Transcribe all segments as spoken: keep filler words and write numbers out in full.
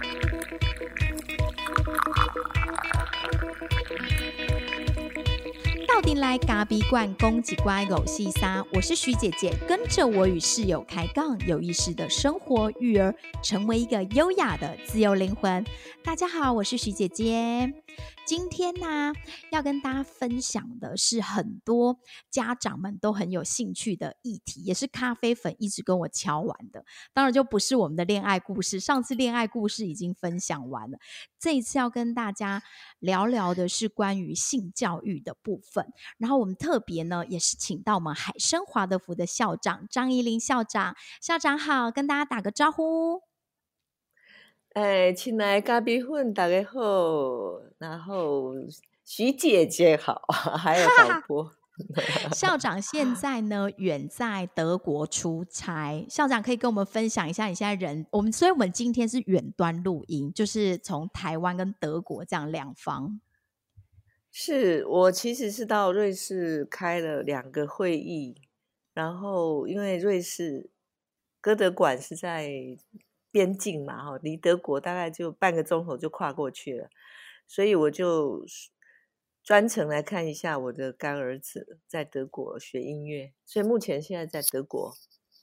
到底来咖比罐公几乖狗细沙，我是徐姐姐，跟着我与室友开杠，有意识的生活育儿，成为一个优雅的自由灵魂。大家好，我是徐姐姐。今天呢，要跟大家分享的是很多家长们都很有兴趣的议题，也是咖啡粉一直跟我敲完的。当然就不是我们的恋爱故事，上次恋爱故事已经分享完了，这一次要跟大家聊聊的是关于性教育的部分。然后我们特别呢，也是请到我们海声华德福的校长张怡玲校长。校长好，跟大家打个招呼。 哎，亲爱的咖啡粉大家好，然后徐姐姐好，还有导播。 校长现在呢远在德国出差，校长可以跟我们分享一下你现在人，我们所以我们今天是远端录音，就是从台湾跟德国这样两方。 是我其实是到瑞士开了两个会议，然后因为瑞士哥德馆是在边境嘛，离德国大概就半个钟头就跨过去了，所以我就专程来看一下我的干儿子在德国学音乐，所以目前现在在德国。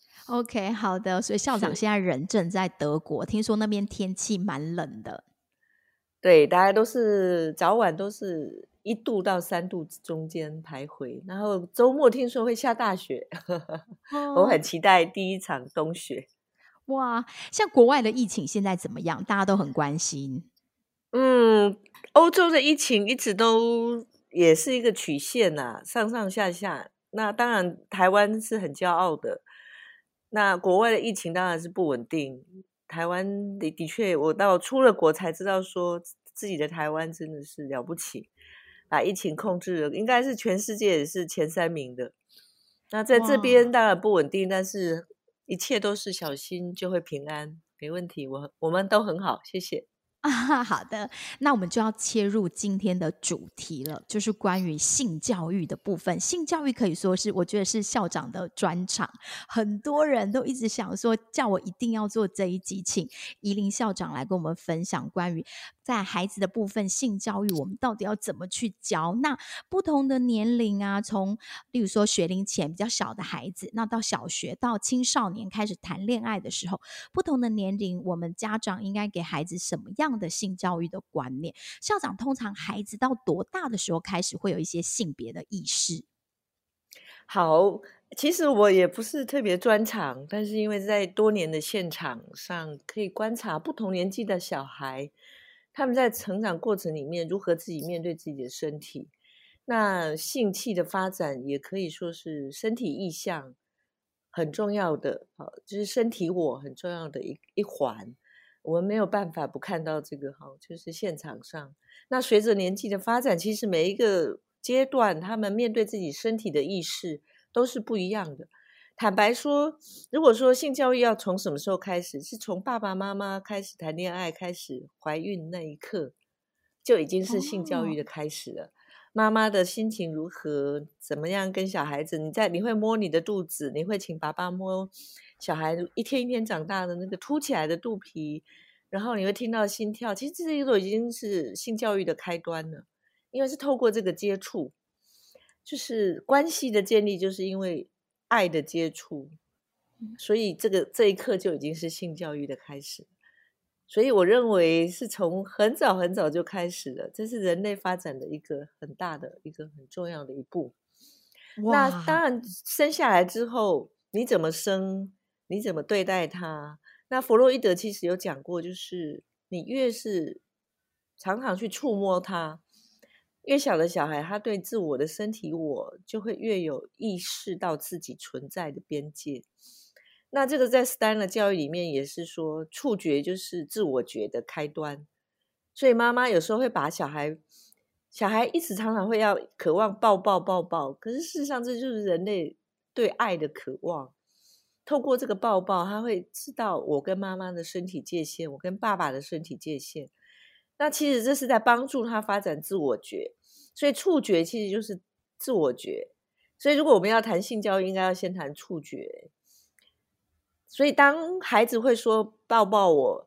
OK， 好的，所以校长现在人正在德国，听说那边天气蛮冷的。 对，大家都是早晚都是一度到三度中间徘徊，然后周末听说会下大雪，我很期待第一场冬雪。 哇，像国外的疫情现在怎么样？大家都很关心。 嗯，欧洲的疫情一直都也是一个曲线啊，上上下下。那当然台湾是很骄傲的，那国外的疫情当然是不稳定。台湾的的确，我到出了国才知道说自己的台湾真的是了不起，把疫情控制了，应该是全世界也是前三名的。那在这边当然不稳定，但是一切都是小心就会平安，没问题。我我们都很好，谢谢。 啊，好的，那我们就要切入今天的主题了，就是关于性教育的部分。性教育可以说是我觉得是校长的专长，很多人都一直想说叫我一定要做这一集，请怡玲校长来跟我们分享关于在孩子的部分性教育，我们到底要怎么去教。那不同的年龄啊，从例如说学龄前比较小的孩子，那到小学到青少年开始谈恋爱的时候，不同的年龄我们家长应该给孩子什么样的性教育的观念？校长通常孩子到多大的时候开始会有一些性别的意识？ 好，其实我也不是特别专长，但是因为在多年的现场上可以观察不同年纪的小孩，他们在成长过程里面如何自己面对自己的身体。那性器的发展也可以说是身体意象很重要的，就是身体我很重要的一一环。我们没有办法不看到这个，就是现场上。那随着年纪的发展，其实每一个阶段他们面对自己身体的意识都是不一样的。坦白说，如果说性教育要从什么时候开始，是从爸爸妈妈开始谈恋爱，开始怀孕那一刻就已经是性教育的开始了。哦，妈妈的心情如何，怎么样跟小孩子，你在你会摸你的肚子，你会请爸爸摸小孩一天一天长大的那个凸起来的肚皮，然后你会听到心跳，其实这些都已经是性教育的开端了。因为是透过这个接触，就是关系的建立，就是因为爱的接触，所以这个这一刻就已经是性教育的开始。所以我认为是从很早很早就开始了，这是人类发展的一个很大的一个很重要的一步。那当然生下来之后你怎么生，你怎么对待他，那弗洛伊德其实有讲过，就是你越是常常去触摸他，越小的小孩他对自我的身体我就会越有意识到自己存在的边界。那这个在斯丹的教育里面也是说，触觉就是自我觉的开端。所以妈妈有时候会把小孩小孩一直常常会要渴望抱抱抱抱，可是事实上这就是人类对爱的渴望。透过这个抱抱，他会知道我跟妈妈的身体界限，我跟爸爸的身体界限。那其实这是在帮助他发展自我觉，所以触觉其实就是自我觉。所以如果我们要谈性教育，应该要先谈触觉。所以当孩子会说抱抱我，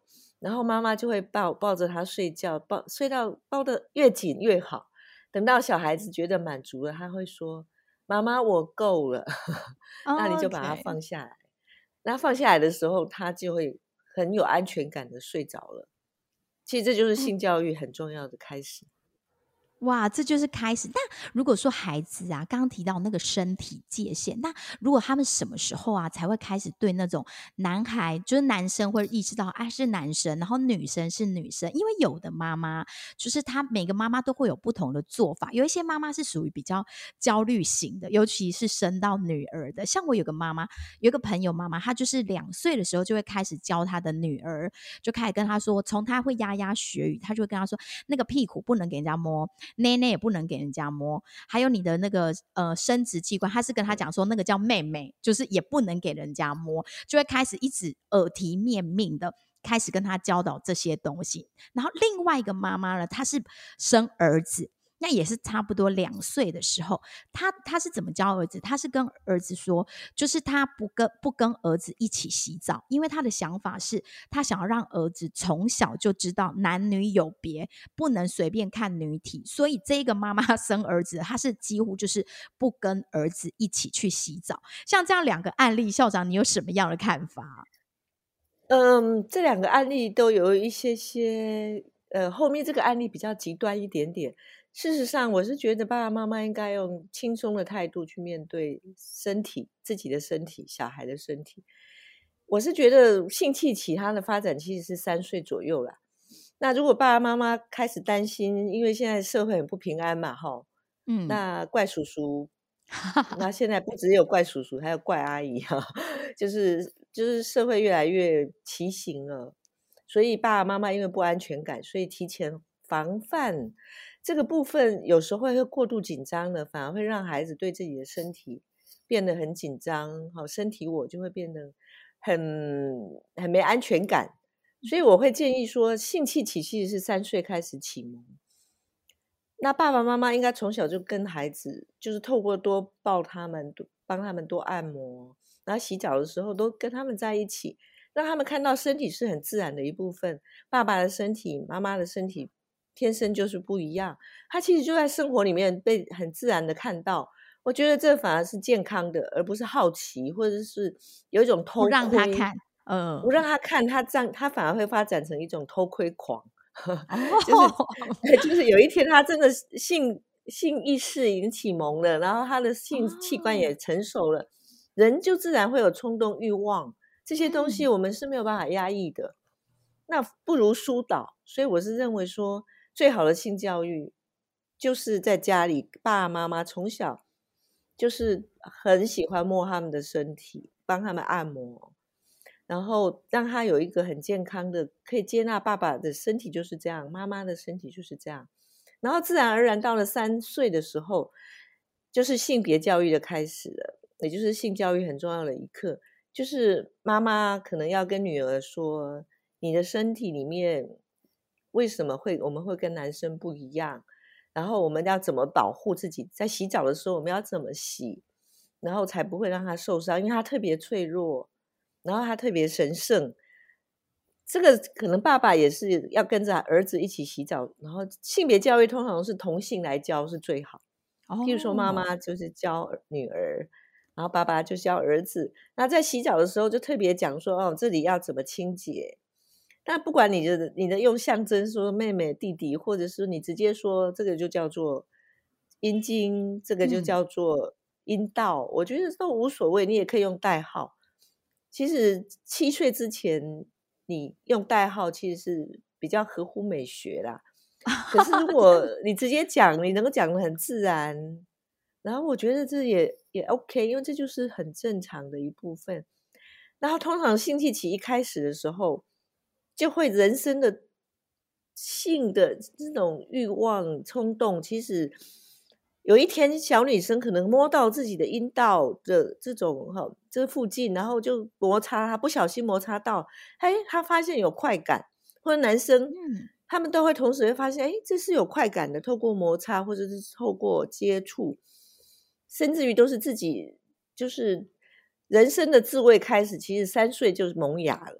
然后妈妈就会抱抱着他睡觉，抱睡到抱得越紧越好。等到小孩子觉得满足了，他会说：妈妈我够了。那你就把他 OK， 放下来。那放下来的时候，他就会很有安全感的睡着了。其实这就是嗯。 性教育很重要的开始。 哇，这就是开始。那如果说孩子啊，刚刚提到那个身体界限，那如果他们什么时候啊才会开始对那种男孩，就是男生会意识到，哎、是男生，然后女生是女生？因为有的妈妈，就是她每个妈妈都会有不同的做法。有一些妈妈是属于比较焦虑型的，尤其是生到女儿的。像我有个妈妈，有一个朋友妈妈，她就是两岁的时候就会开始教她的女儿，就开始跟她说，从她会牙牙学语，她就会跟她说，那个屁股不能给人家摸。内内也不能给人家摸，还有你的那个呃生殖器官，他是跟他讲说那个叫妹妹，就是也不能给人家摸，就会开始一直耳提面命的开始跟他教导这些东西。然后另外一个妈妈呢，她是生儿子，那也是差不多两岁的时候，他他是怎么教儿子？他是跟儿子说，就是他不跟不跟儿子一起洗澡，因为他的想法是他想要让儿子从小就知道男女有别，不能随便看女体。所以这个妈妈生儿子，她是几乎就是不跟儿子一起去洗澡。像这样两个案例，校长你有什么样的看法？ 嗯，这两个案例都有一些些，呃，后面这个案例比较极端一点点。事实上，我是觉得爸爸妈妈应该用轻松的态度去面对身体，自己的身体，小孩的身体。我是觉得性器期它的发展其实是三岁左右啦。那如果爸爸妈妈开始担心，因为现在社会很不平安嘛，哈， 嗯， 那怪叔叔，那现在不只有怪叔叔，还有怪阿姨哈，就是就是社会越来越畸形了，所以爸爸妈妈因为不安全感，所以提前防范这个部分，有时候会过度紧张的，反而会让孩子对自己的身体变得很紧张，好，身体我就会变得很很没安全感。所以我会建议说，性器期其实是三岁开始启蒙。那爸爸妈妈应该从小就跟孩子，就是透过多抱他们，多帮他们多按摩，然后洗澡的时候都跟他们在一起，让他们看到身体是很自然的一部分。爸爸的身体，妈妈的身体，天生就是不一样。他其实就在生活里面被很自然的看到。我觉得这反而是健康的，而不是好奇，或者是有一种不偷窥。 让他看，呃， 不让他看，他这样他反而会发展成一种偷窥狂。就是哦， 就是有一天他真的性性意识已经启蒙了，然后他的性器官哦， 也成熟了，人就自然会有冲动欲望，这些东西嗯。 我们是没有办法压抑的，那不如疏导。所以我是认为说，最好的性教育就是在家里，爸爸妈妈从小就是很喜欢摸他们的身体，帮他们按摩，然后让他有一个很健康的，可以接纳爸爸的身体就是这样，妈妈的身体就是这样。然后自然而然到了三岁的时候，就是性别教育的开始了，也就是性教育很重要的一课，就是妈妈可能要跟女儿说，你的身体里面为什么会我们会跟男生不一样，然后我们要怎么保护自己，在洗澡的时候我们要怎么洗，然后才不会让他受伤，因为他特别脆弱，然后他特别神圣。这个可能爸爸也是要跟着儿子一起洗澡，然后性别教育通常是同性来教是最好。譬如说妈哦， 妈就是教儿女儿，然后爸爸就教儿子。那在洗澡的时候就特别讲说，哦，这里要怎么清洁。但不管你的你的用象征说妹妹弟弟，或者是你直接说这个就叫做阴茎，这个就嗯， 叫做阴道，我觉得都无所谓，你也可以用代号。其实七岁之前你用代号其实是比较合乎美学啦。可是如果你直接讲，你能够讲得很自然，然后我觉得这也也 OK，因为这就是很正常的一部分。然后通常性器期一开始的时候，就会人生的性的这种欲望冲动，其实有一天小女生可能摸到自己的阴道的这种哈这附近，然后就摩擦，她不小心摩擦到，哎，她发现有快感，或者男生嗯， 他们都会同时会发现，哎，这是有快感的，透过摩擦或者是透过接触，甚至于都是自己就是人生的自慰开始，其实三岁就是萌芽了。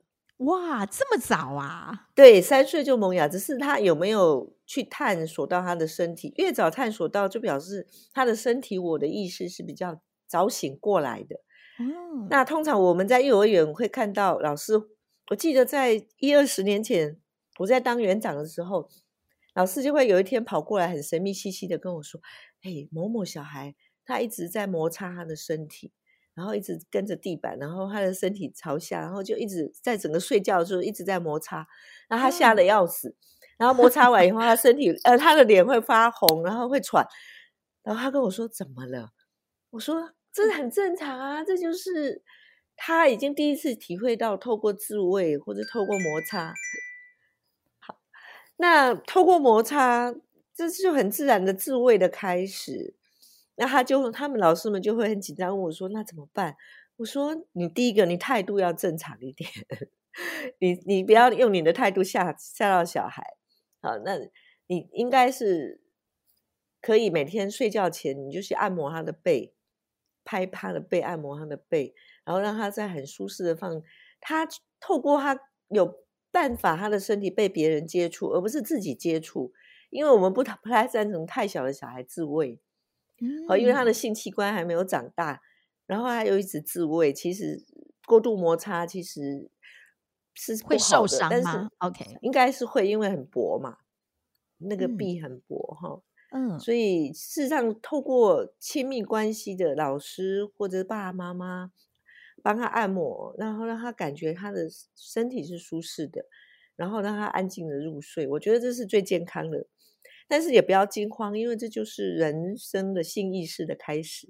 哇，这么早啊？ 对，三岁就萌芽，只是他有没有去探索到他的身体，越早探索到就表示他的身体我的意识是比较早醒过来的。 哦， 那通常我们在幼儿园会看到老师，我记得在一二十年前我在当园长的时候，老师就会有一天跑过来很神秘兮兮的跟我说，哎，某某小孩他一直在摩擦他的身体，然后一直跟着地板，然后他的身体朝下，然后就一直在整个睡觉的时候一直在摩擦，然后他吓得嗯， 要死，然后摩擦完以后他身体呃他的脸会发红，然后会喘，然后他跟我说怎么了？我说这很正常啊，这就是他已经第一次体会到透过自慰或者透过摩擦，那透过摩擦，这就很自然的自慰的开始。那他就他们老师们就会很紧张问我说：“那怎么办？”我说：“你第一个，你态度要正常一点，你你不要用你的态度吓吓到小孩。好，那你应该是可以每天睡觉前你就去按摩他的背，拍他的背，按摩他的背，然后让他在很舒适的放他透过他有办法，他的身体被别人接触，而不是自己接触。因为我们不不太赞成太小的小孩自慰，好，因为他的嗯， 性器官还没有长大，然后他又一直自慰，其实过度摩擦其实是会受不好的，但是伤吗？OK， 应该是会，因为很薄嘛，那个嗯， 壁很薄哈， 嗯， 所以事实上透过亲密关系的老师或者爸爸妈妈帮他按摩，然后让他感觉他的身体是舒适的，然后让他安静的入睡，我觉得这是最健康的。但是也不要惊慌，因为这就是人生的性意识的开始。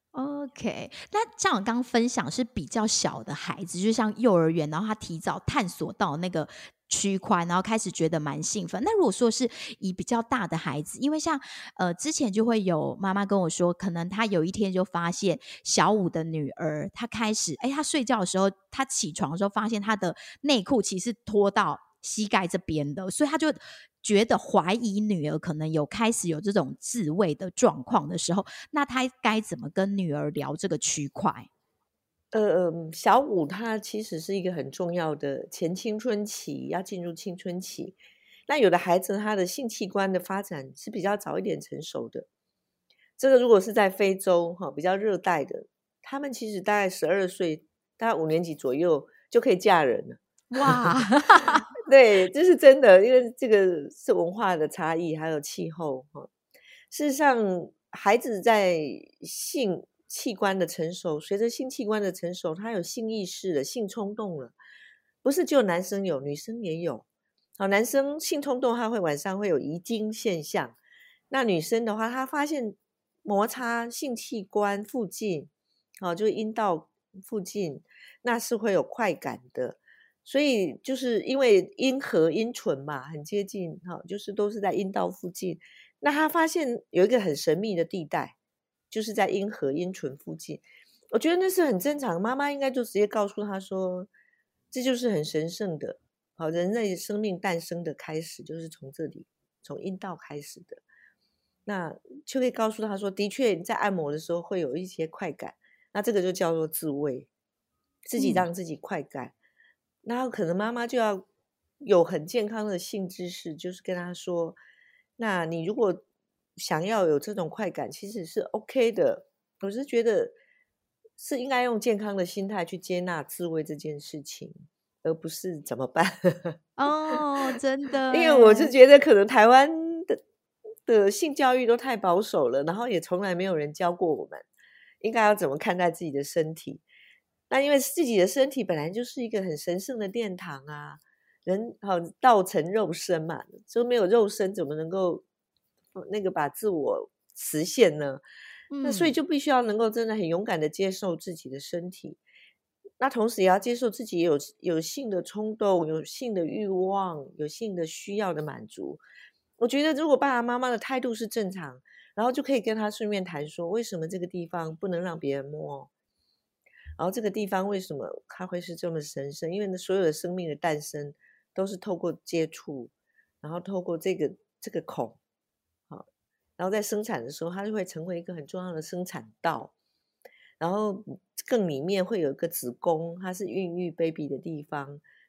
OK，那像我刚刚分享是比较小的孩子，就像幼儿园，然后他提早探索到那个区块，然后开始觉得蛮兴奋。那如果说是以比较大的孩子，因为像呃之前就会有妈妈跟我说，可能她有一天就发现小五的女儿，她开始哎，她睡觉的时候，她起床的时候发现她的内裤其实脱到膝盖这边的，所以她就觉得怀疑女儿可能有开始有这种自慰的状况的时候，那他该怎么跟女儿聊这个区块？ 呃，嗯小五他其实是一个很重要的前青春期，要进入青春期。那有的孩子他的性器官的发展是比较早一点成熟的，这个如果是在非洲哈，比较热带的，他们其实大概十二岁，大概五年级左右就可以嫁人了。 哇， 对，这是真的，因为这个是文化的差异，还有气候哈。事实上，孩子在性器官的成熟，随着性器官的成熟，他有性意识了、性冲动了，不是只有男生有，女生也有。好，男生性冲动，他会晚上会有遗精现象，那女生的话，她发现摩擦性器官附近，哦，就是阴道附近，那是会有快感的。所以就是因为阴核、阴唇嘛，很接近，哈，就是都是在阴道附近。那他发现有一个很神秘的地带，就是在阴核、阴唇附近。我觉得那是很正常，妈妈应该就直接告诉他说，这就是很神圣的，好，人类生命诞生的开始就是从这里，从阴道开始的。那就可以告诉他说，的确你在按摩的时候会有一些快感，那这个就叫做自慰，自己嗯， 让自己快感。然后可能妈妈就要有很健康的性知识，就是跟他说，那你如果想要有这种快感，其实是 OK 的。我是觉得是应该用健康的心态去接纳自慰这件事情，而不是怎么办。 哦，真的因为我是哎， 觉得可能台湾的的性教育都太保守了，然后也从来没有人教过我们应该要怎么看待自己的身体。那因为自己的身体本来就是一个很神圣的殿堂啊，人好道成肉身嘛，就没有肉身怎么能够呃那个把自我实现呢？那所以嗯， 就必须要能够真的很勇敢的接受自己的身体，那同时也要接受自己有有性的冲动、有性的欲望、有性的需要的满足。我觉得如果爸爸妈妈的态度是正常，然后就可以跟他顺便谈说，为什么这个地方不能让别人摸？然后这个地方为什么它会是这么神圣？因为呢，所有的生命的诞生都是透过接触，然后透过这个这个孔，好，然后在生产的时候，它就会成为一个很重要的生产道。然后更里面会有一个子宫，它是孕育 baby 的地方。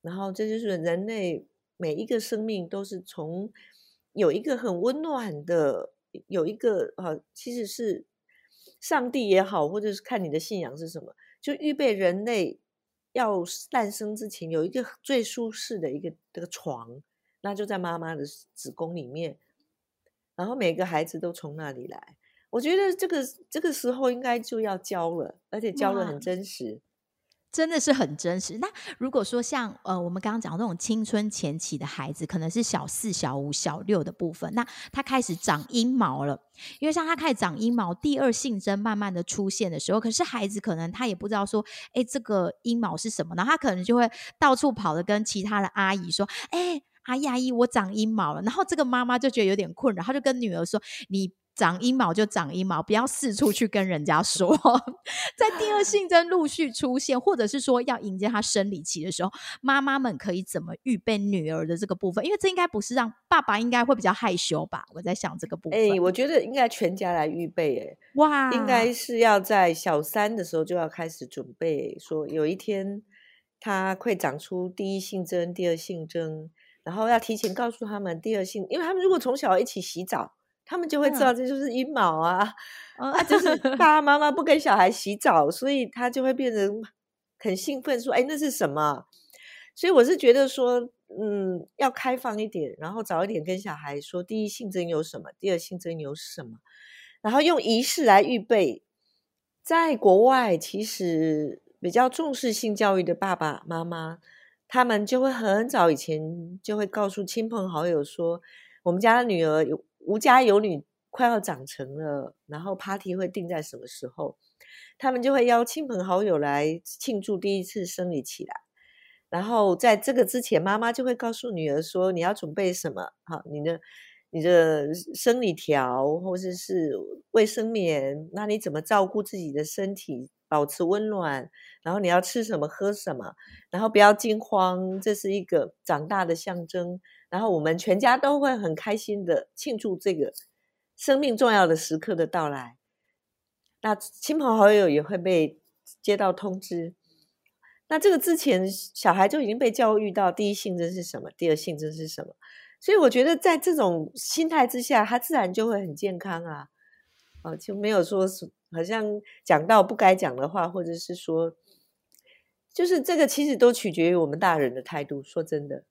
然后这就是人类每一个生命都是从有一个很温暖的，有一个呃，其实是上帝也好，或者是看你的信仰是什么，就预备人类要诞生之前有一个最舒适的一个这个床，那就在妈妈的子宫里面，然后每个孩子都从那里来。我觉得这个这个时候应该就要教了，而且教的很真实。 真的是很真实。那如果说像呃，我们刚刚讲的那种青春前期的孩子，可能是小四、小五、小六的部分，那他开始长阴毛了，因为像他开始长阴毛，第二性征慢慢的出现的时候，可是孩子可能他也不知道说，哎，这个阴毛是什么，然后他可能就会到处跑的跟其他的阿姨说，哎，阿姨阿姨，我长阴毛了。然后这个妈妈就觉得有点困扰，她就跟女儿说，你长阴毛就长阴毛，不要四处去跟人家说。在第二性征陆续出现，或者是说要迎接她生理期的时候，妈妈们可以怎么预备女儿的这个部分？因为这应该不是让爸爸应该会比较害羞吧？我在想这个部分。 哎，我觉得应该全家来预备。哎， 哇， 应该是要在小三的时候就要开始准备，说有一天他会长出第一性征、第二性征，然后要提前告诉他们第二性，因为他们如果从小一起洗澡，他们就会知道这就是阴毛啊。 嗯啊，就是爸爸妈妈不跟小孩洗澡，所以他就会变得很兴奋，说：“哎，那是什么？”所以我是觉得说，嗯，要开放一点，然后早一点跟小孩说，第一性征有什么，第二性征有什么，然后用仪式来预备。在国外，其实比较重视性教育的爸爸妈妈，他们就会很早以前就会告诉亲朋好友说，我们家的女儿有无家有女，快要长成了，然后 party 会定在什么时候，他们就会邀亲朋好友来庆祝第一次生理期来。然后在这个之前，妈妈就会告诉女儿说，你要准备什么？好，你的你的生理条或者是卫生棉，那你怎么照顾自己的身体，保持温暖？然后你要吃什么，喝什么？然后不要惊慌，这是一个长大的象征。然后我们全家都会很开心的庆祝这个生命重要的时刻的到来。那亲朋好友也会被接到通知。那这个之前小孩就已经被教育到第一性征是什么，第二性征是什么，所以我觉得在这种心态之下，他自然就会很健康啊，啊就没有说好像讲到不该讲的话，或者是说，就是这个其实都取决于我们大人的态度，说真的。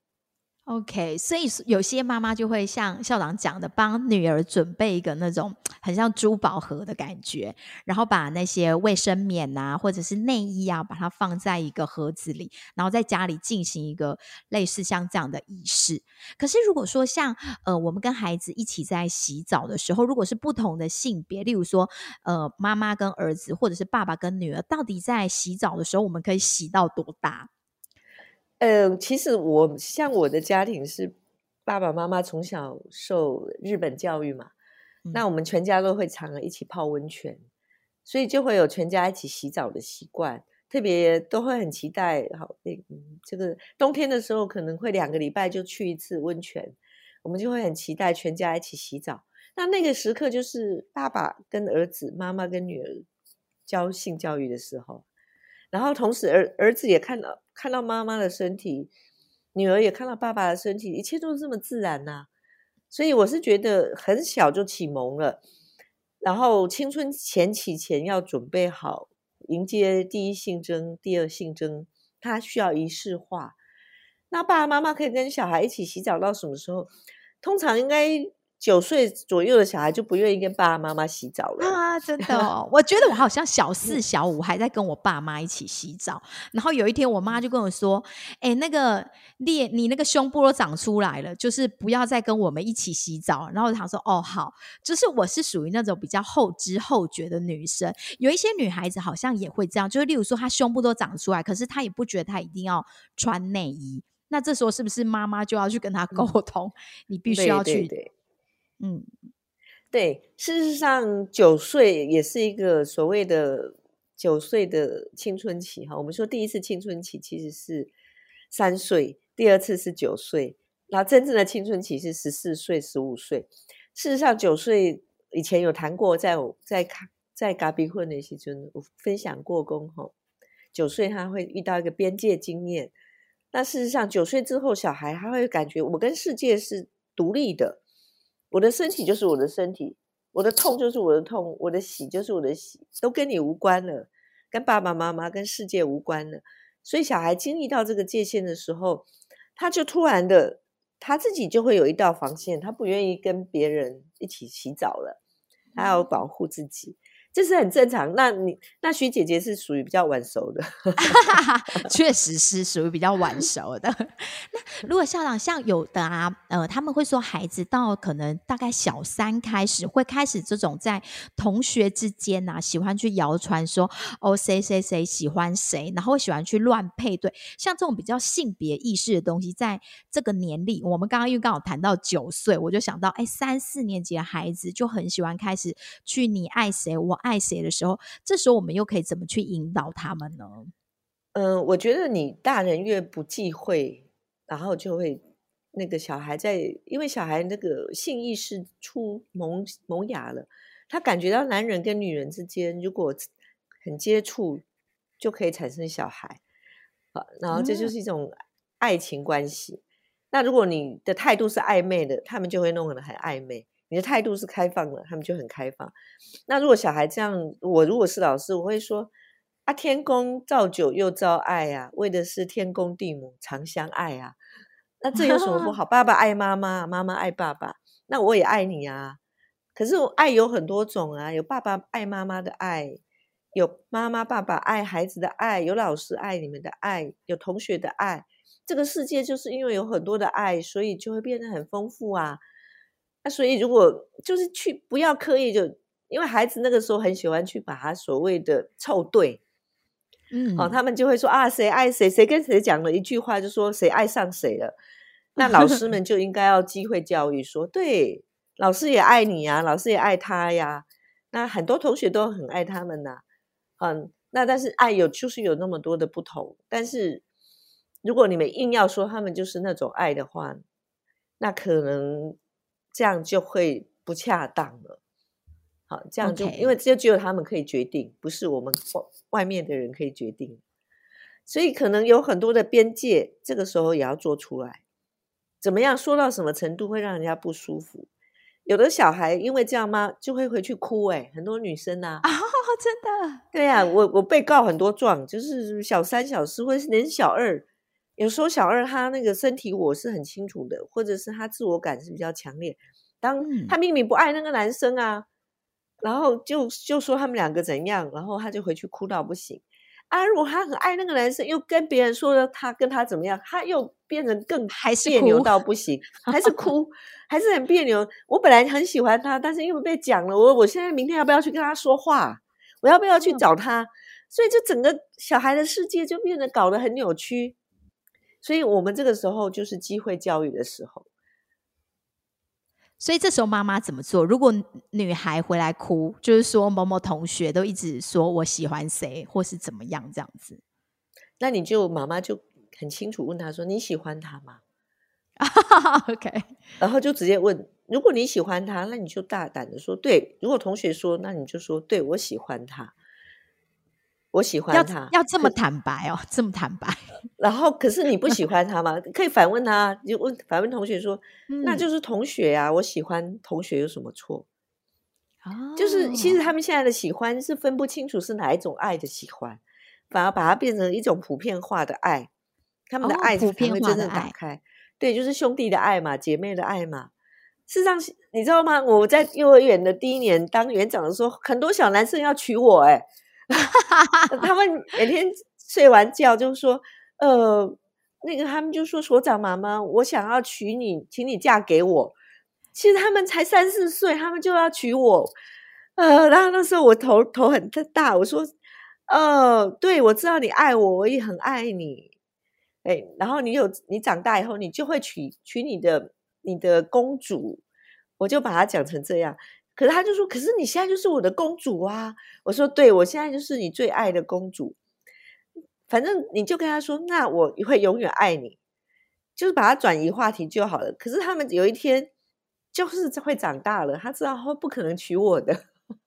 OK，所以有些妈妈就会像校长讲的，帮女儿准备一个那种很像珠宝盒的感觉，然后把那些卫生棉啊，或者是内衣啊，把它放在一个盒子里，然后在家里进行一个类似像这样的仪式。可是如果说像呃，我们跟孩子一起在洗澡的时候，如果是不同的性别，例如说呃，妈妈跟儿子，或者是爸爸跟女儿，到底在洗澡的时候，我们可以洗到多大？ 呃，其实我像我的家庭是爸爸妈妈从小受日本教育嘛， 嗯那我们全家都会常常一起泡温泉，所以就会有全家一起洗澡的习惯，特别都会很期待。好，嗯，这个冬天的时候可能会两个礼拜就去一次温泉，我们就会很期待全家一起洗澡。那那个时刻就是爸爸跟儿子，妈妈跟女儿教性教育的时候。然后同时儿儿子也看到看到妈妈的身体，女儿也看到爸爸的身体，一切都是这么自然啊。所以我是觉得很小就启蒙了，然后青春前期前要准备好迎接第一性征、第二性征，它需要仪式化。那爸爸妈妈可以跟小孩一起洗澡到什么时候？通常应该九岁左右的小孩就不愿意跟爸爸妈妈洗澡了。 啊，真的哦，我觉得我好像小四、小五还在跟我爸妈一起洗澡，然后有一天我妈就跟我说：“哎、那个你你那个胸部都长出来了，就是不要再跟我们一起洗澡。”然后我想说：“哦，好。”就是我是属于那种比较后知后觉的女生，有一些女孩子好像也会这样，就是例如说她胸部都长出来，可是她也不觉得她一定要穿内衣。那这时候是不是妈妈就要去跟她沟通？你必须要去， 对对对。 嗯。 对，事实上九岁也是一个所谓的九岁的青春期哈。我们说第一次青春期其实是三岁，第二次是九岁，然后真正的青春期是十四岁、十五岁。事实上九岁以前有谈过，在我在在咖比混的时候，我分享过公吼，九岁他会遇到一个边界经验。 那事实上九岁之后小孩他会感觉我跟世界是独立的，我的身体就是我的身体，我的痛就是我的痛，我的喜就是我的喜，都跟你无关了，跟爸爸妈妈跟世界无关了。所以小孩经历到这个界限的时候，他就突然的他自己就会有一道防线，他不愿意跟别人一起洗澡了，他要保护自己，这是很正常。那你那徐姐姐是属于比较晚熟的确实是属于比较晚熟的。那如果校长像有的啊，呃，他们会说孩子到可能大概小三开始会开始这种在同学之间啊，喜欢去谣传说哦谁谁谁喜欢谁，然后喜欢去乱配对，像这种比较性别意识的东西，在这个年龄，我们刚刚因为刚好谈到九岁，我就想到，哎，三四年级的孩子就很喜欢开始去你爱谁我爱谁的时候，这时候我们又可以怎么去引导他们呢？ 嗯、呃，我觉得你大人越不忌讳，然后就会那个小孩在，因为小孩那个性意识出萌萌芽了，他感觉到男人跟女人之间如果很接触，就可以产生小孩，好，然后这就是一种爱情关系。嗯、那如果你的态度是暧昧的，他们就会弄得很暧昧；你的态度是开放的，他们就很开放。那如果小孩这样，我如果是老师，我会说。啊，天公造酒又造爱啊，为的是天公地母常相爱啊。那这有什么不好？爸爸爱妈妈，妈妈爱爸爸，那我也爱你啊。可是爱有很多种啊，有爸爸爱妈妈的爱，有妈妈爸爸爱孩子的爱，有老师爱你们的爱，有同学的爱。这个世界就是因为有很多的爱，所以就会变得很丰富啊。那所以如果就是去不要刻意就，因为孩子那个时候很喜欢去把他所谓的凑对。嗯，哦，他们就会说啊，谁爱谁，谁跟谁讲了一句话，就说谁爱上谁了。那老师们就应该要机会教育说，对，老师也爱你呀，老师也爱他呀。那很多同学都很爱他们呐、啊，嗯，那但是爱有就是有那么多的不同。但是如果你们硬要说他们就是那种爱的话，那可能这样就会不恰当了。好，这样就、okay. 因为这只有他们可以决定，不是我们外面的人可以决定，所以可能有很多的边界，这个时候也要做出来。怎么样说到什么程度会让人家不舒服？有的小孩因为这样吗，就会回去哭、欸。哎，很多女生啊， 哦，真的， 对啊，我我被告很多状，就是小三、小四，或是连小二，有时候小二他那个身体我是很清楚的，或者是他自我感是比较强烈，当他明明不爱那个男生啊。嗯，然后就就说他们两个怎样，然后他就回去哭到不行啊！如果他很爱那个男生，又跟别人说了他跟他怎么样，他又变成更别扭到不行，还是哭，还是很别扭。我本来很喜欢他，但是因为被讲了，我我现在明天要不要去跟他说话？我要不要去找他？嗯、所以就整个小孩的世界就变得搞得很扭曲。所以我们这个时候就是机会教育的时候。 所以这时候妈妈怎么做？如果女孩回来哭，就是说某某同学都一直说我喜欢谁，或是怎么样这样子， 那你就妈妈就很清楚问她说你喜欢他吗 ？OK， 然后就直接问，如果你喜欢他，那你就大胆的说对。如果同学说，那你就说对，我喜欢他，我喜欢他， 要, 要这么坦白哦，这么坦白。 然后可是你不喜欢他吗？可以反问他，就问反问同学说、嗯、那就是同学啊，我喜欢同学有什么错、哦、就是其实他们现在的喜欢是分不清楚是哪一种爱的喜欢，反而把它变成一种普遍化的爱，他们的爱才会真正打开、哦、对，就是兄弟的爱嘛，姐妹的爱嘛。事实上你知道吗，我在幼儿园的第一年当园长的时候，很多小男生要娶我哎、欸，他们每天睡完觉就说呃，那个他们就说所长妈妈，我想要娶你，请你嫁给我。其实他们才三四岁，他们就要娶我。呃，然后那时候我头头很大，我说，呃，对，我知道你爱我，我也很爱你。哎，然后你有你长大以后，你就会娶娶你的你的公主。我就把它讲成这样。可是他就说，可是你现在就是我的公主啊。我说，对，我现在就是你最爱的公主。反正你就跟他说，那我会永远爱你，就是把它转移话题就好了。可是他们有一天就是会长大了，他知道他不可能娶我的。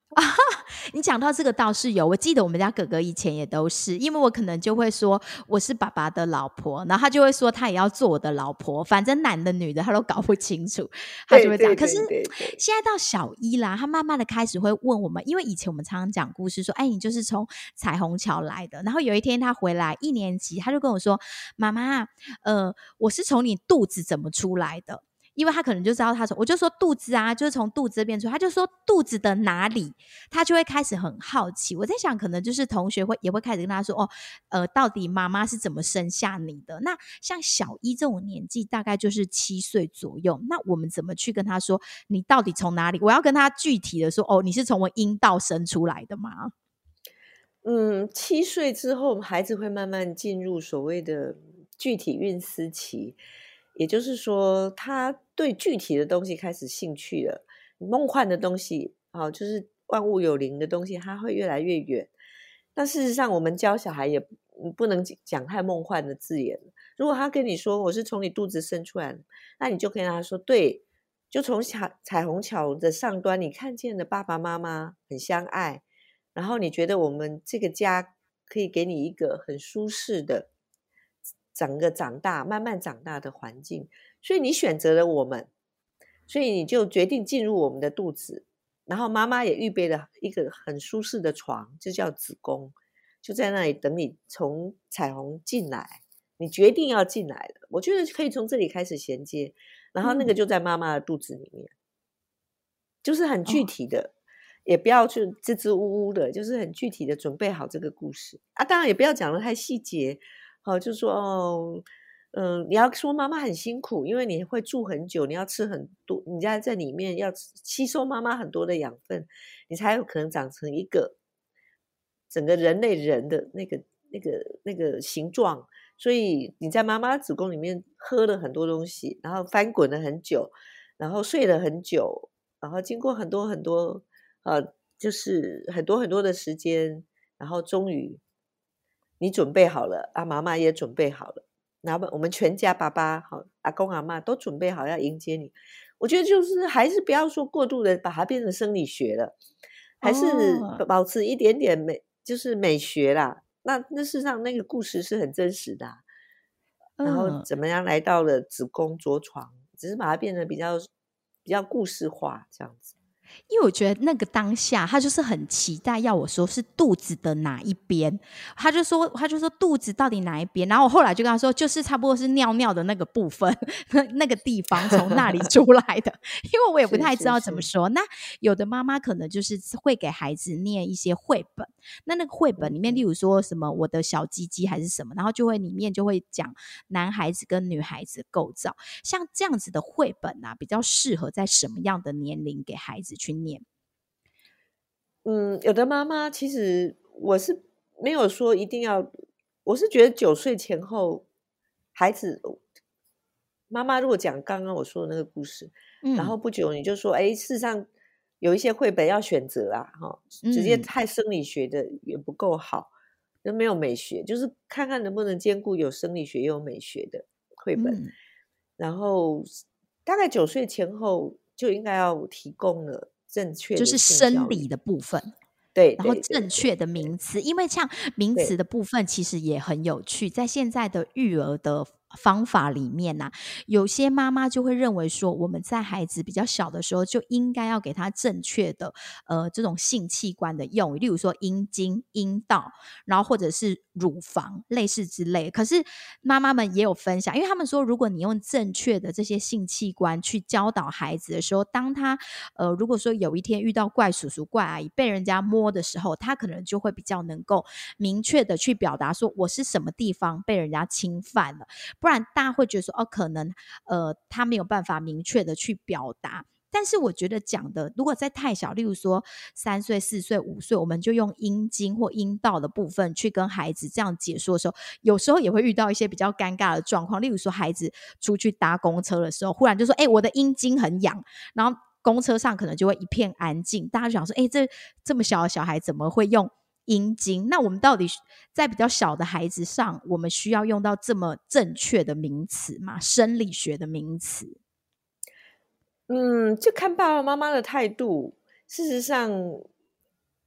你讲到这个倒是有，我记得我们家哥哥以前也都是，因为我可能就会说我是爸爸的老婆，然后他就会说他也要做我的老婆，反正男的女的他都搞不清楚，他就会这样。可是现在到小一啦，他慢慢的开始会问我们，因为以前我们常常讲故事说，哎，你就是从彩虹桥来的，然后有一天他回来一年级，他就跟我说，妈妈，呃，我是从你肚子怎么出来的？因为他可能就知道他从，我就说肚子啊，就是从肚子这边出来，他就说肚子的哪里，他就会开始很好奇。我在想，可能就是同学会也会开始跟他说，哦，呃，到底妈妈是怎么生下你的？那像小一这种年纪，大概就是七岁左右，那我们怎么去跟他说，你到底从哪里？我要跟他具体的说，哦，你是从我阴道生出来的吗？ 嗯，七岁之后，孩子会慢慢进入所谓的具体运思期，也就是说，他对具体的东西开始兴趣了，梦幻的东西，哦，就是万物有灵的东西，他会越来越远。但事实上，我们教小孩也不能讲太梦幻的字眼。如果他跟你说我是从你肚子生出来的，那你就跟他说，对，就从彩虹桥的上端，你看见了爸爸妈妈很相爱。然后你觉得我们这个家可以给你一个很舒适的整个长大慢慢长大的环境，所以你选择了我们，所以你就决定进入我们的肚子，然后妈妈也预备了一个很舒适的床，就叫子宫，就在那里等你从彩虹进来，你决定要进来了，我觉得可以从这里开始衔接，然后那个就在妈妈的肚子里面，嗯、就是很具体的。哦，也不要去支支吾吾的，就是很具体的准备好这个故事啊。当然也不要讲得太细节，好、哦，就说哦，嗯、呃，你要说妈妈很辛苦，因为你会住很久，你要吃很多，你家在里面要吸收妈妈很多的养分，你才有可能长成一个整个人类人的那个那个那个形状。所以你在妈妈子宫里面喝了很多东西，然后翻滚了很久，然后睡了很久，然后经过很多很多。呃，就是很多很多的时间，然后终于你准备好了啊，妈妈也准备好了，然后我们全家爸爸好，阿公阿嬷都准备好要迎接你。我觉得就是还是不要说过度的把它变成生理学了，还是保持一点点美，就是美学啦。那那事实上那个故事是很真实的、啊，然后怎么样来到了子宫着床，只是把它变得比较比较故事化这样子。 因为我觉得那个当下他就是很期待要我说是肚子的哪一边，他就说他就说肚子到底哪一边，然后我后来就跟他说就是差不多是尿尿的那个部分那个地方从那里出来的因为我也不太知道怎么说。是是是，那有的妈妈可能就是会给孩子念一些绘本，那那个绘本里面例如说什么我的小鸡鸡还是什么，然后就会里面就会讲男孩子跟女孩子的构造，像这样子的绘本啊比较适合在什么样的年龄给孩子去念？ 嗯，有的妈妈其实我是没有说一定要，我是觉得九岁前后孩子妈妈如果讲刚刚我说的那个故事、嗯、然后不久你就说哎，事实上有一些绘本要选择啊、哦、直接太生理学的也不够好，就没有美学，就是看看能不能兼顾有生理学又有美学的绘本、嗯、然后大概九岁前后就应该要提供了正确的， 就是生理的部分， 对， 然后正确的名词，因为像名词的部分其实也很有趣，在现在的育儿的方法里面啊，有些妈妈就会认为说我们在孩子比较小的时候就应该要给他正确的呃这种性器官的用语，例如说阴茎、阴道，然后或者是乳房类似之类。可是妈妈们也有分享，因为他们说如果你用正确的这些性器官去教导孩子的时候，当他呃如果说有一天遇到怪叔叔怪阿姨被人家摸的时候，他可能就会比较能够明确的去表达说我是什么地方被人家侵犯了，不然大家会觉得说哦，可能呃他没有办法明确的去表达。但是我觉得讲的如果在太小，例如说三岁四岁五岁，我们就用阴茎或阴道的部分去跟孩子这样解说的时候，有时候也会遇到一些比较尴尬的状况，例如说孩子出去搭公车的时候忽然就说哎、欸，我的阴茎很痒，然后公车上可能就会一片安静，大家就想说哎、欸，这这么小的小孩怎么会用阴茎？那我们到底在比较小的孩子上，我们需要用到这么正确的名词吗？生理学的名词？ 嗯，就看爸爸妈妈的态度。事实上，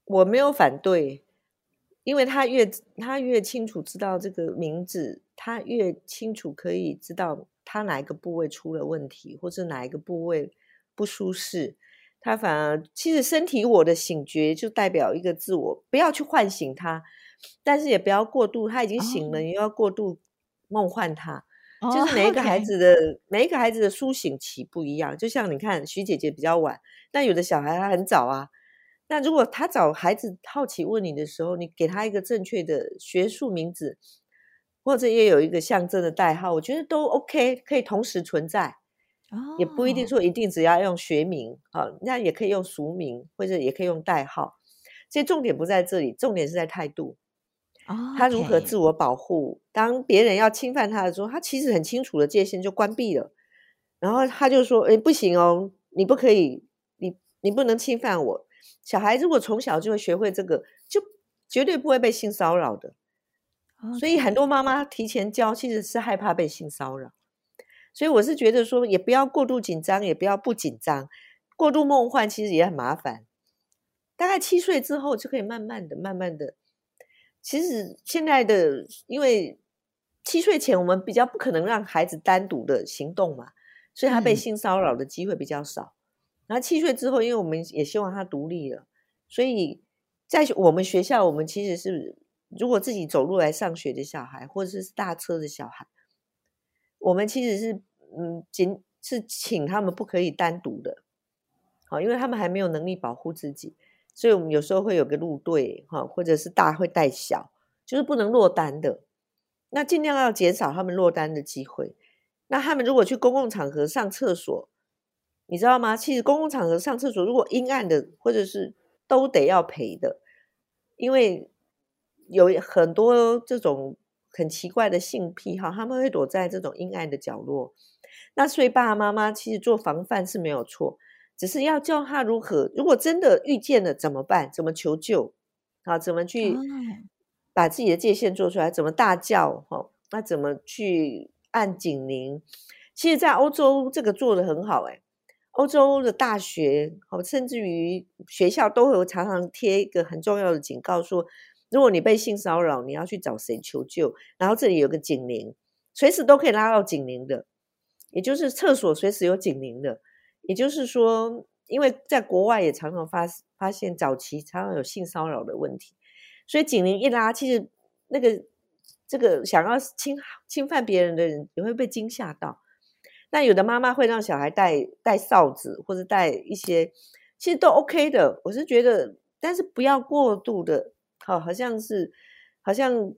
我没有反对，因为他越他越清楚知道这个名字，他越清楚可以知道他哪一个部位出了问题，或是哪一个部位不舒适，他反而其实身体我的醒觉就代表一个自我，不要去唤醒他，但是也不要过度，他已经醒了， 哦你又要过度梦幻他。就哦是每一个孩 ，OK， 子的每一个孩子的苏醒期不一样，就像你看徐姐姐比较晚，但有的小孩他很早啊。那如果他找孩子好奇问你的时候，你给他一个正确的学术名字，或者也有一个象征的代号，我觉得都 OK，可以同时存在，也不一定哦说一定只要用学名啊，那也可以用俗名，或者也可以用代号。所以重点不在这里，重点是在态度。他如何 ，OK， 自我保护？当别人要侵犯他的时候，他其实很清楚的界限就关闭了。然后他就说：“哎，不行哦，你不可以，你你不能侵犯我。”小孩如果从小就会学会这个，就绝对不会被性骚扰的。所以很多 OK， 妈妈提前教，其实是害怕被性骚扰。所以我是觉得说，也不要过度紧张，也不要不紧张。过度梦幻其实也很麻烦。大概七岁之后就可以慢慢的、慢慢的。其实现在的，因为七岁前我们比较不可能让孩子单独的行动嘛，所以他被嗯， 性骚扰的机会比较少。然后七岁之后，因为我们也希望他独立了，所以在我们学校，我们其实是如果自己走路来上学的小孩，或者是大车的小孩，我们其实是嗯，仅是请他们不可以单独的，好，因为他们还没有能力保护自己，所以我们有时候会有个路队哈，或者是大会带小，就是不能落单的，那尽量要减少他们落单的机会。那他们如果去公共场合上厕所，你知道吗？其实公共场合上厕所，如果阴暗的或者是都得要赔的，因为有很多这种很奇怪的性癖好，他们会躲在这种阴暗的角落。那所以爸爸妈妈其实做防范是没有错，只是要教他如何，如果真的遇见了怎么办？怎么求救？啊，怎么去哦， 把自己的界限做出来？怎么大叫？哈、那怎么去按警铃？其实，在欧洲这个做得很好、欸，欧洲的大学，哦，甚至于学校都会有常常贴一个很重要的警告说，如果你被性骚扰，你要去找谁求救？然后这里有个警铃，随时都可以拉到警铃的，也就是厕所随时有警铃的。也就是说，因为在国外也常常发发现早期常常有性骚扰的问题，所以警铃一拉，其实那个这个想要侵侵犯别人的人也会被惊吓到。那有的妈妈会让小孩带带哨子或者带一些，其实都 OK 的。我是觉得，但是不要过度的，好，好像是好像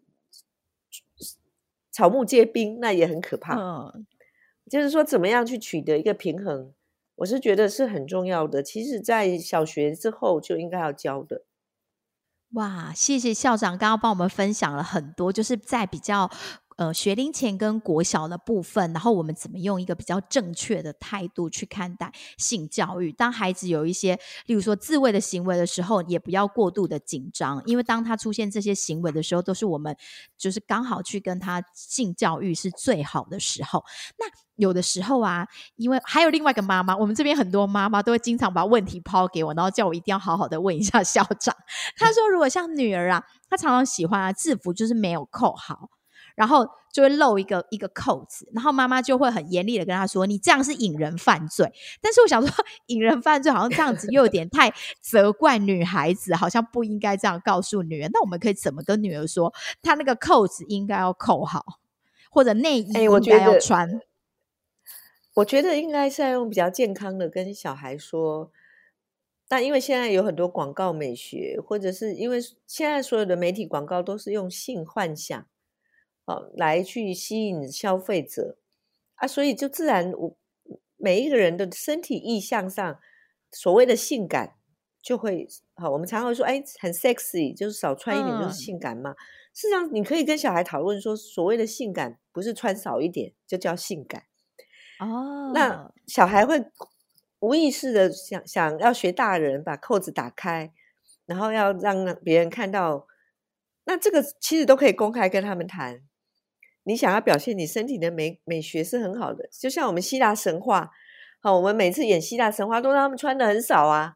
草木皆兵，那也很可怕。 嗯。 就是说，怎么样去取得一个平衡，我是觉得是很重要的。其实，在小学之后就应该要教的。 哇，谢谢校长刚刚帮我们分享了很多，就是在比较呃学龄前跟国小的部分，然后我们怎么用一个比较正确的态度去看待性教育。当孩子有一些，例如说自慰的行为的时候，也不要过度的紧张，因为当他出现这些行为的时候，都是我们就是刚好去跟他性教育是最好的时候。那有的时候啊，因为还有另外一个妈妈，我们这边很多妈妈都会经常把问题抛给我，然后叫我一定要好好的问一下校长。他说，如果像女儿啊，她常常喜欢啊制服就是没有扣好，然后就会漏一个一个扣子，然后妈妈就会很严厉的跟她说：“你这样是引人犯罪。”但是我想说，引人犯罪好像这样子又有点太责怪女孩子，好像不应该这样告诉女儿。那我们可以怎么跟女儿说，她那个扣子应该要扣好，或者内衣哎，我应该觉得要穿？ 我觉得应该是要用比较健康的跟小孩说，但因为现在有很多广告美学，或者是因为现在所有的媒体广告都是用性幻想，哦，来去吸引消费者啊，所以就自然我每一个人的身体意向上，所谓的性感就会好。我们常常会说，哎，很 sexy，就是少穿一点就是嗯， 性感嘛。事实上，你可以跟小孩讨论说，所谓的性感不是穿少一点就叫性感。那哦， 小孩会无意识的想想要学大人把扣子打开，然后要让别人看到，那这个其实都可以公开跟他们谈。你想要表现你身体的美美学是很好的，就像我们希腊神话，好，我们每次演希腊神话都让他们穿的很少啊，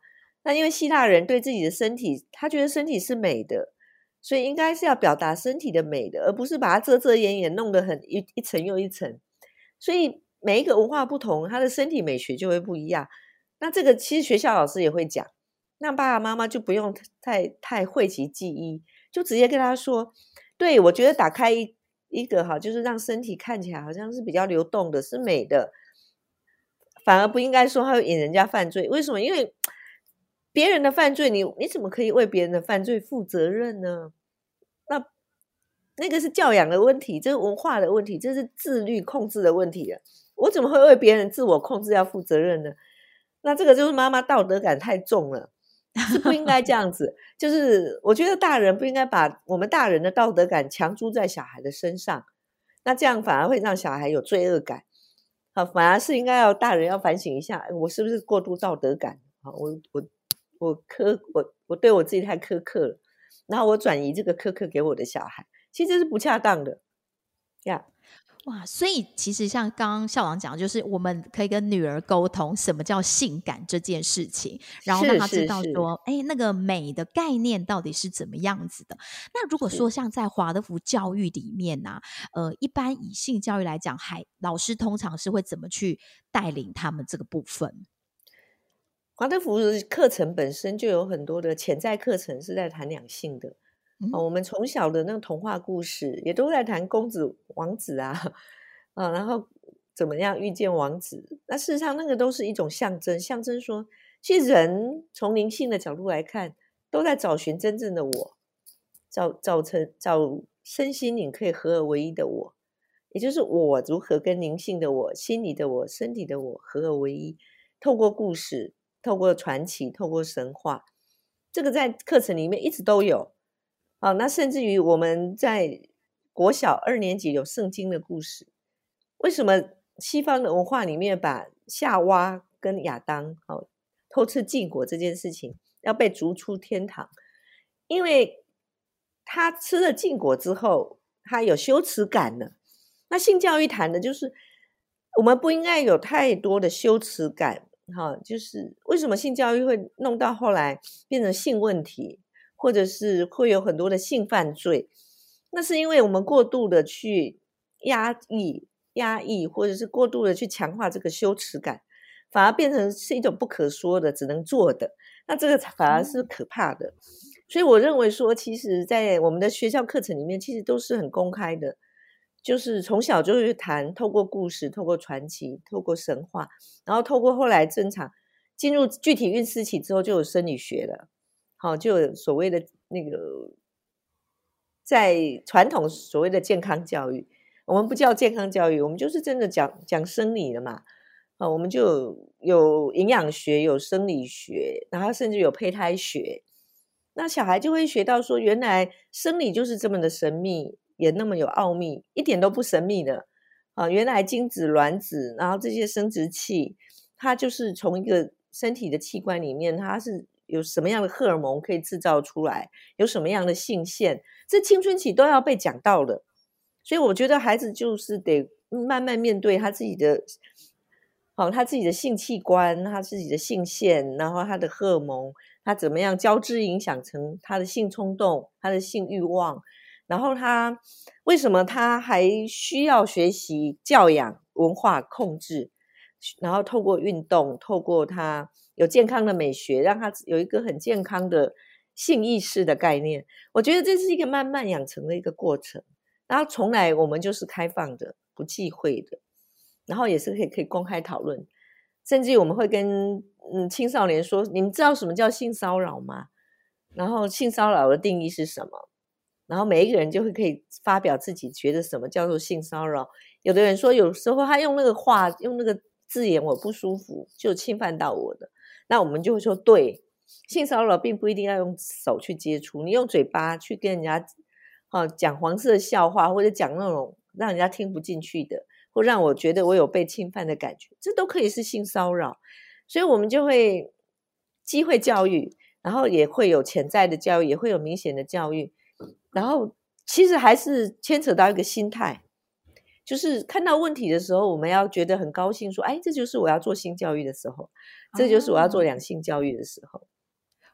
那因为希腊人对自己的身体，他觉得身体是美的，所以应该是要表达身体的美的，而不是把它遮遮掩掩，弄得很一一层又一层。所以每一个文化不同，他的身体美学就会不一样。那这个其实学校老师也会讲，那爸爸妈妈就不用太太讳疾忌医，就直接跟他说，对，我觉得打开一一个哈，就是让身体看起来好像是比较流动的，是美的，反而不应该说它会引人家犯罪。为什么？因为别人的犯罪，你你怎么可以为别人的犯罪负责任呢？那那个是教养的问题，这是文化的问题，这是自律控制的问题了。我怎么会为别人自我控制要负责任呢？那这个就是妈妈道德感太重了，是不应该这样子。就是我觉得大人不应该把我们大人的道德感强租在小孩的身上，那这样反而会让小孩有罪恶感。好，反而是应该要大人要反省一下，我是不是过度道德感？好，我我我苛我我对我自己太苛刻了，然后我转移这个苛刻给我的小孩，其实这是不恰当的呀。Yeah. 哇，所以其实像刚刚校长讲，就是我们可以跟女儿沟通什么叫性感这件事情，然后让她知道说，哎，那个美的概念到底是怎么样子的。那如果说像在华德福教育里面啊，呃，一般以性教育来讲，还老师通常是会怎么去带领他们这个部分？ 华德福课程本身就有很多的潜在课程是在谈两性的。 嗯哦，我们从小的那个童话故事也都在谈公子王子啊，啊，然后怎么样遇见王子。那事实上那个都是一种象征，象征说其实人从灵性的角度来看，都在找寻真正的我，找找成找身心灵可以合而为一的我，也就是我如何跟灵性的我、心理的我、身体的我合而为一，透过故事，透过传奇，透过神话，这个在课程里面一直都有。好，那甚至于我们在国小二年级有圣经的故事，为什么西方的文化里面把夏娃跟亚当好偷吃禁果这件事情要被逐出天堂？因为他吃了禁果之后，他有羞耻感了。那性教育谈的就是我们不应该有太多的羞耻感，哈，就是为什么性教育会弄到后来变成性问题？或者是会有很多的性犯罪，那是因为我们过度的去压抑、压抑，或者是过度的去强化这个羞耻感，反而变成是一种不可说的、只能做的。那这个反而是可怕的。所以我认为说，其实，在我们的学校课程里面，其实都是很公开的，就是从小就去谈，透过故事、透过传奇、透过神话，然后透过后来正常进入具体运思期之后，就有生理学了。好，就有所谓的那个，在传统所谓的健康教育，我们不叫健康教育，我们就是真的讲讲生理了嘛。啊，我们就有有营养学，有生理学，然后甚至有胚胎学。那小孩就会学到说，原来生理就是这么的神秘，也那么有奥秘，一点都不神秘的。啊，原来精子、卵子，然后这些生殖器，它就是从一个身体的器官里面，它是有什么样的荷尔蒙可以制造出来，有什么样的性腺，这青春期都要被讲到的。所以我觉得孩子就是得慢慢面对他自己的，好，他自己的性器官，他自己的性腺，然后他的荷尔蒙，他怎么样交织影响成他的性冲动，他的性欲望，然后他为什么他还需要学习教养、文化控制，然后透过运动，透过他有健康的美学，让他有一个很健康的性意识的概念。我觉得这是一个慢慢养成的一个过程，然后从来我们就是开放的，不忌讳的，然后也是可以可以公开讨论，甚至于我们会跟嗯青少年说，你们知道什么叫性骚扰吗？然后性骚扰的定义是什么？然后每一个人就会可以发表自己觉得什么叫做性骚扰。有的人说有时候他用那个话用那个字眼我不舒服，就侵犯到我的，那我们就会说，对，性骚扰并不一定要用手去接触，你用嘴巴去跟人家、哦、讲黄色笑话，或者讲那种让人家听不进去的，或让我觉得我有被侵犯的感觉，这都可以是性骚扰。所以我们就会机会教育，然后也会有潜在的教育，也会有明显的教育，然后其实还是牵扯到一个心态，就是看到问题的时候，我们要觉得很高兴说，哎，这就是我要做性教育的时候，这就是我要做两性教育的时候。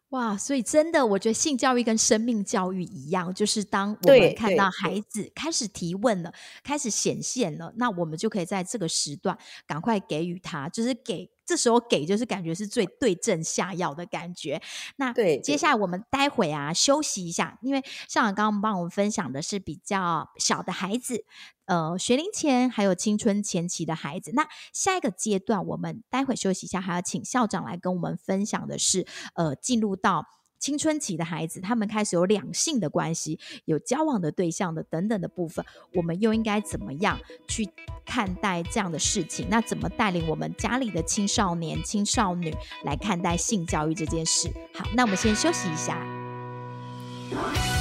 哇，所以真的我觉得性教育跟生命教育一样，就是当我们看到孩子开始提问了，开始显现了，那我们就可以在这个时段赶快给予他，就是给这时候给就是感觉是最对症下药的感觉。那接下来我们待会啊休息一下，因为校长刚刚帮我们分享的是比较小的孩子，呃，学龄前还有青春前期的孩子。那下一个阶段我们待会休息一下，还要请校长来跟我们分享的是呃，进入到青春期的孩子，他们开始有两性的关系，有交往的对象的等等的部分，我们又应该怎么样去看待这样的事情？那怎么带领我们家里的青少年青少女来看待性教育这件事？好，那我们先休息一下。